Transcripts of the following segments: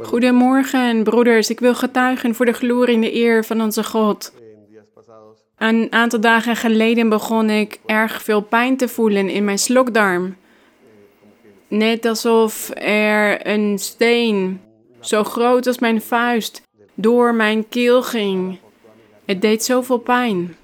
Goedemorgen, broeders. Ik wil getuigen voor de glorie en de eer van onze God. Een aantal dagen geleden begon ik erg veel pijn te voelen in mijn slokdarm. Net alsof er een steen, zo groot als mijn vuist, door mijn keel ging. Het deed zoveel pijn.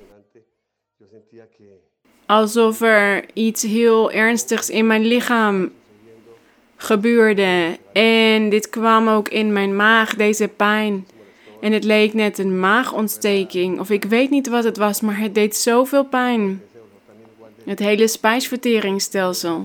Alsof er iets heel ernstigs in mijn lichaam gebeurde. En dit kwam ook in mijn maag, deze pijn. En het leek net een maagontsteking. Of ik weet niet wat het was, maar het deed zoveel pijn. Het hele spijsverteringsstelsel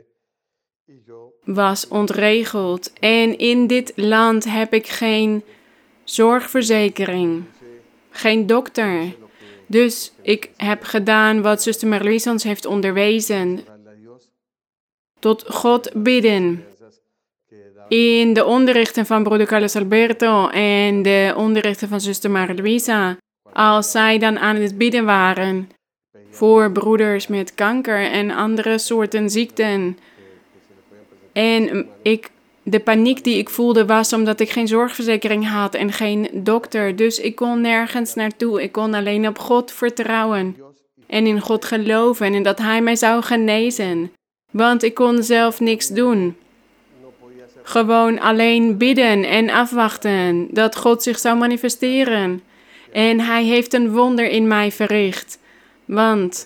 was ontregeld. En in dit land heb ik geen zorgverzekering. Geen dokter. Dus ik heb gedaan wat zuster Marlies ons heeft onderwezen. Tot God bidden. In de onderrichten van broeder Carlos Alberto en de onderrichten van zuster Maria Luisa. Als zij dan aan het bidden waren voor broeders met kanker en andere soorten ziekten. En de paniek die ik voelde was omdat ik geen zorgverzekering had en geen dokter. Dus ik kon nergens naartoe. Ik kon alleen op God vertrouwen. En in God geloven en dat Hij mij zou genezen. Want ik kon zelf niks doen. Gewoon alleen bidden en afwachten dat God zich zou manifesteren. En Hij heeft een wonder in mij verricht. Want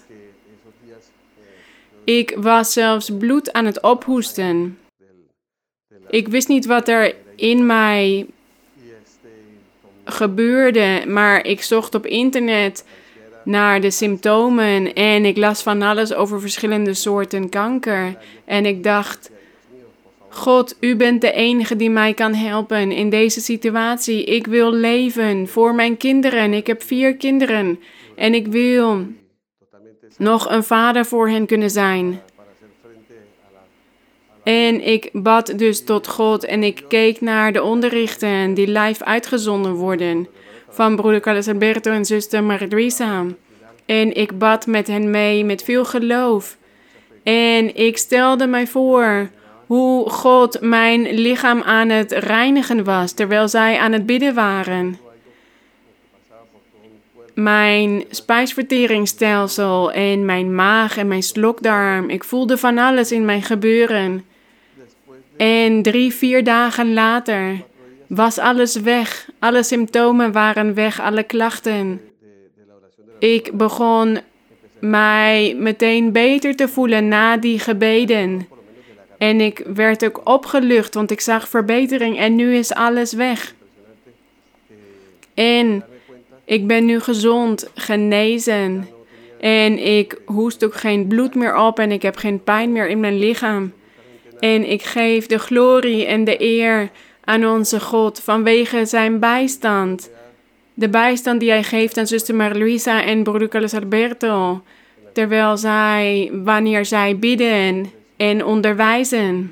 ik was zelfs bloed aan het ophoesten. Ik wist niet wat er in mij gebeurde, maar ik zocht op internet naar de symptomen en ik las van alles over verschillende soorten kanker. En ik dacht, God, u bent de enige die mij kan helpen in deze situatie. Ik wil leven voor mijn kinderen. Ik heb 4 kinderen en ik wil nog een vader voor hen kunnen zijn. En ik bad dus tot God en ik keek naar de onderrichten die live uitgezonden worden van broeder Carlos Alberto en zuster Maria Luisa. En ik bad met hen mee met veel geloof. En ik stelde mij voor hoe God mijn lichaam aan het reinigen was terwijl zij aan het bidden waren. Mijn spijsverteringsstelsel en mijn maag en mijn slokdarm. Ik voelde van alles in mijn gebeuren. En 3-4 dagen later was alles weg. Alle symptomen waren weg, alle klachten. Ik begon mij meteen beter te voelen na die gebeden. En ik werd ook opgelucht, want ik zag verbetering en nu is alles weg. En ik ben nu gezond, genezen. En ik hoest ook geen bloed meer op en ik heb geen pijn meer in mijn lichaam. En ik geef de glorie en de eer aan onze God vanwege zijn bijstand. De bijstand die hij geeft aan zuster Maria Luisa en broeder Carlos Alberto. Terwijl wanneer zij bidden en onderwijzen.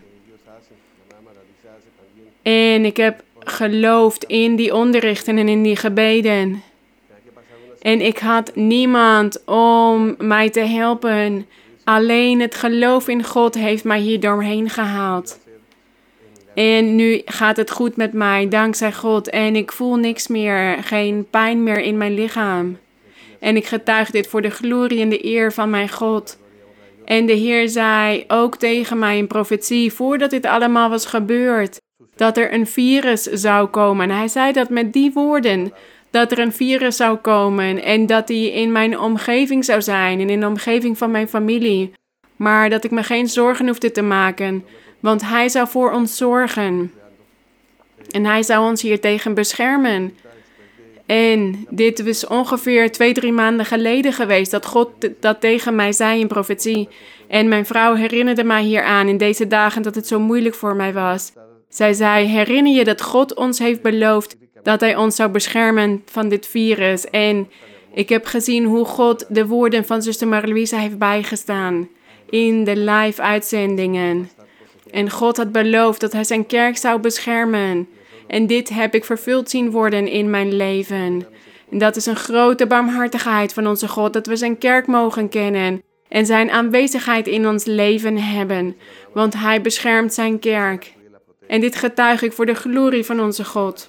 En ik heb geloofd in die onderrichten en in die gebeden. En ik had niemand om mij te helpen. Alleen het geloof in God heeft mij hier doorheen gehaald. En nu gaat het goed met mij, dankzij God. En ik voel niks meer, geen pijn meer in mijn lichaam. En ik getuig dit voor de glorie en de eer van mijn God. En de Heer zei ook tegen mij in profetie, voordat dit allemaal was gebeurd, dat er een virus zou komen. En hij zei dat met die woorden, dat er een virus zou komen en dat die in mijn omgeving zou zijn en in de omgeving van mijn familie. Maar dat ik me geen zorgen hoefde te maken, want hij zou voor ons zorgen. En hij zou ons hiertegen beschermen. En dit was ongeveer 2-3 maanden geleden geweest dat God dat tegen mij zei in profetie. En mijn vrouw herinnerde mij hieraan in deze dagen dat het zo moeilijk voor mij was. Zij zei, herinner je dat God ons heeft beloofd dat hij ons zou beschermen van dit virus. En ik heb gezien hoe God de woorden van zuster Maria Luisa heeft bijgestaan in de live uitzendingen. En God had beloofd dat hij zijn kerk zou beschermen. En dit heb ik vervuld zien worden in mijn leven. En dat is een grote barmhartigheid van onze God, dat we zijn kerk mogen kennen en zijn aanwezigheid in ons leven hebben. Want hij beschermt zijn kerk. En dit getuig ik voor de glorie van onze God.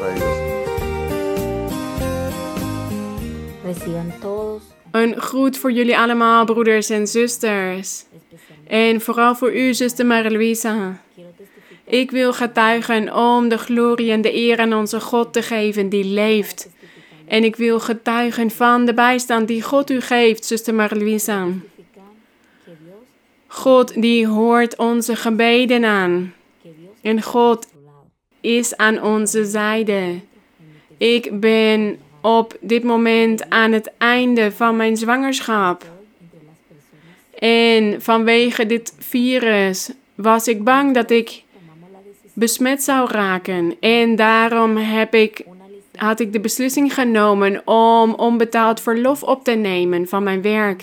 Een groet voor jullie allemaal, broeders en zusters. En vooral voor u, zuster Maria-Luisa. Ik wil getuigen om de glorie en de eer aan onze God te geven die leeft. En ik wil getuigen van de bijstand die God u geeft, zuster Maria-Luisa. God die hoort onze gebeden aan. En God is aan onze zijde. Ik ben op dit moment aan het einde van mijn zwangerschap. En vanwege dit virus was ik bang dat ik besmet zou raken. En daarom had ik de beslissing genomen om onbetaald verlof op te nemen van mijn werk.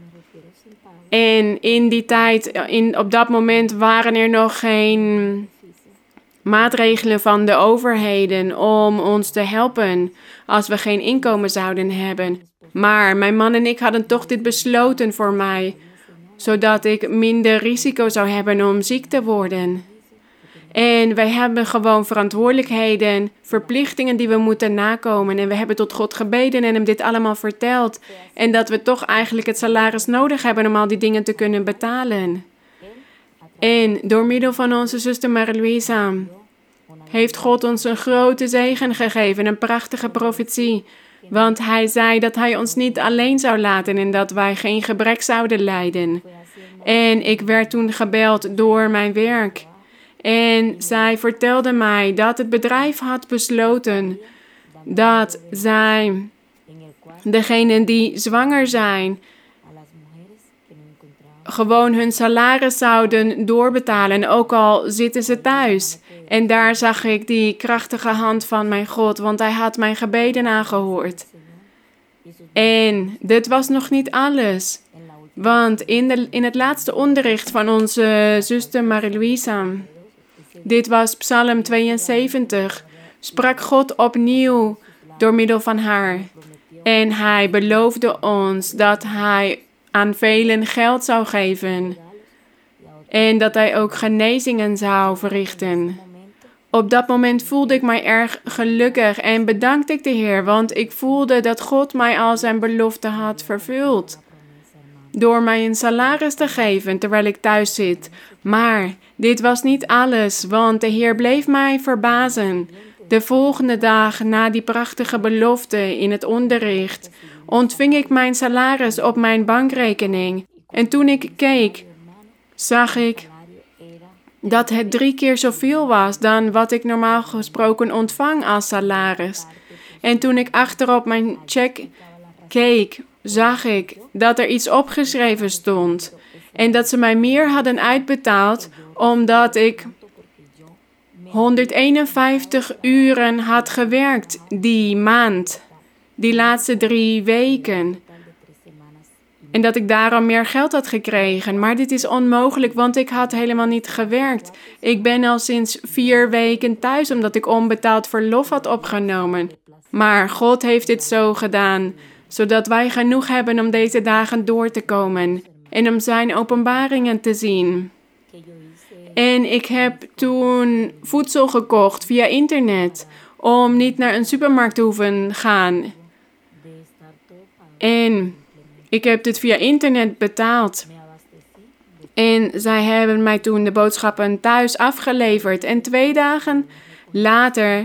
En in die tijd, op dat moment waren er nog geen maatregelen van de overheden om ons te helpen als we geen inkomen zouden hebben. Maar mijn man en ik hadden toch dit besloten voor mij, zodat ik minder risico zou hebben om ziek te worden. En wij hebben gewoon verantwoordelijkheden, verplichtingen die we moeten nakomen. En we hebben tot God gebeden en hem dit allemaal verteld. En dat we toch eigenlijk het salaris nodig hebben om al die dingen te kunnen betalen. En door middel van onze zuster Maria-Luisa heeft God ons een grote zegen gegeven, een prachtige profetie. Want hij zei dat hij ons niet alleen zou laten en dat wij geen gebrek zouden lijden. En ik werd toen gebeld door mijn werk. En zij vertelde mij dat het bedrijf had besloten dat zij, degenen die zwanger zijn, gewoon hun salaris zouden doorbetalen, ook al zitten ze thuis. En daar zag ik die krachtige hand van mijn God, want hij had mijn gebeden aangehoord. En dit was nog niet alles. Want in het laatste onderricht van onze zuster Maria-Luisa, dit was Psalm 72, sprak God opnieuw door middel van haar. En hij beloofde ons dat hij aan velen geld zou geven. En dat hij ook genezingen zou verrichten. Op dat moment voelde ik mij erg gelukkig en bedankte ik de Heer, want ik voelde dat God mij al zijn belofte had vervuld. Door mij een salaris te geven terwijl ik thuis zit. Maar dit was niet alles, want de Heer bleef mij verbazen. De volgende dag na die prachtige belofte in het onderricht ontving ik mijn salaris op mijn bankrekening. En toen ik keek, zag ik dat het 3 keer zoveel was dan wat ik normaal gesproken ontvang als salaris. En toen ik achterop mijn check keek, zag ik dat er iets opgeschreven stond. En dat ze mij meer hadden uitbetaald omdat ik 151 uren had gewerkt die maand. Die laatste 3 weken. En dat ik daarom meer geld had gekregen. Maar dit is onmogelijk, want ik had helemaal niet gewerkt. Ik ben al sinds 4 weken thuis, omdat ik onbetaald verlof had opgenomen. Maar God heeft dit zo gedaan, zodat wij genoeg hebben om deze dagen door te komen. En om zijn openbaringen te zien. En ik heb toen voedsel gekocht via internet, om niet naar een supermarkt te hoeven gaan. En ik heb dit via internet betaald. En zij hebben mij toen de boodschappen thuis afgeleverd. En 2 dagen later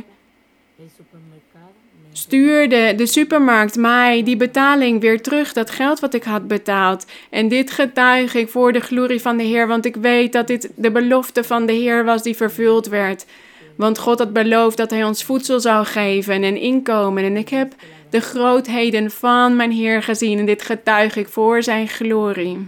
stuurde de supermarkt mij die betaling weer terug, dat geld wat ik had betaald. En dit getuig ik voor de glorie van de Heer, want ik weet dat dit de belofte van de Heer was die vervuld werd. Want God had beloofd dat hij ons voedsel zou geven en inkomen. En ik heb de grootheden van mijn Heer gezien en dit getuig ik voor zijn glorie.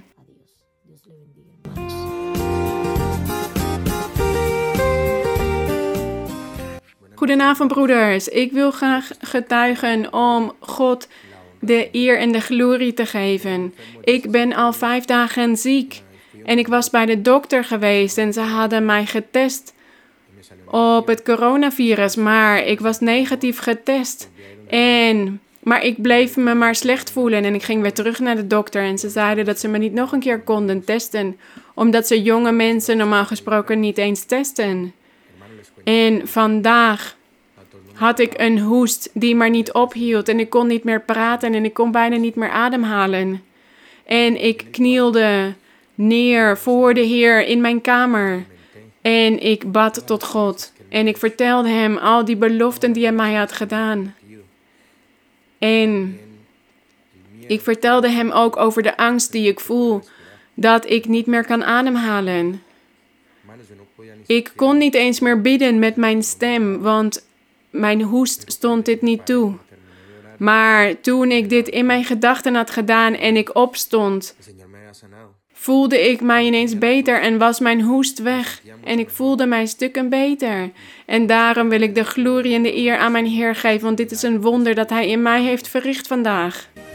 Goedenavond broeders, ik wil graag getuigen om God de eer en de glorie te geven. Ik ben al 5 dagen ziek en ik was bij de dokter geweest en ze hadden mij getest op het coronavirus, maar ik was negatief getest. Maar ik bleef me maar slecht voelen en ik ging weer terug naar de dokter en ze zeiden dat ze me niet nog een keer konden testen, omdat ze jonge mensen normaal gesproken niet eens testen. En vandaag had ik een hoest die maar niet ophield. En ik kon niet meer praten en ik kon bijna niet meer ademhalen. En ik knielde neer voor de Heer in mijn kamer. En ik bad tot God. En ik vertelde hem al die beloften die hij mij had gedaan. En ik vertelde hem ook over de angst die ik voel. Dat ik niet meer kan ademhalen. Ik kon niet eens meer bidden met mijn stem, want mijn hoest stond dit niet toe. Maar toen ik dit in mijn gedachten had gedaan en ik opstond, voelde ik mij ineens beter en was mijn hoest weg. En ik voelde mij stukken beter. En daarom wil ik de glorie en de eer aan mijn Heer geven, want dit is een wonder dat Hij in mij heeft verricht vandaag.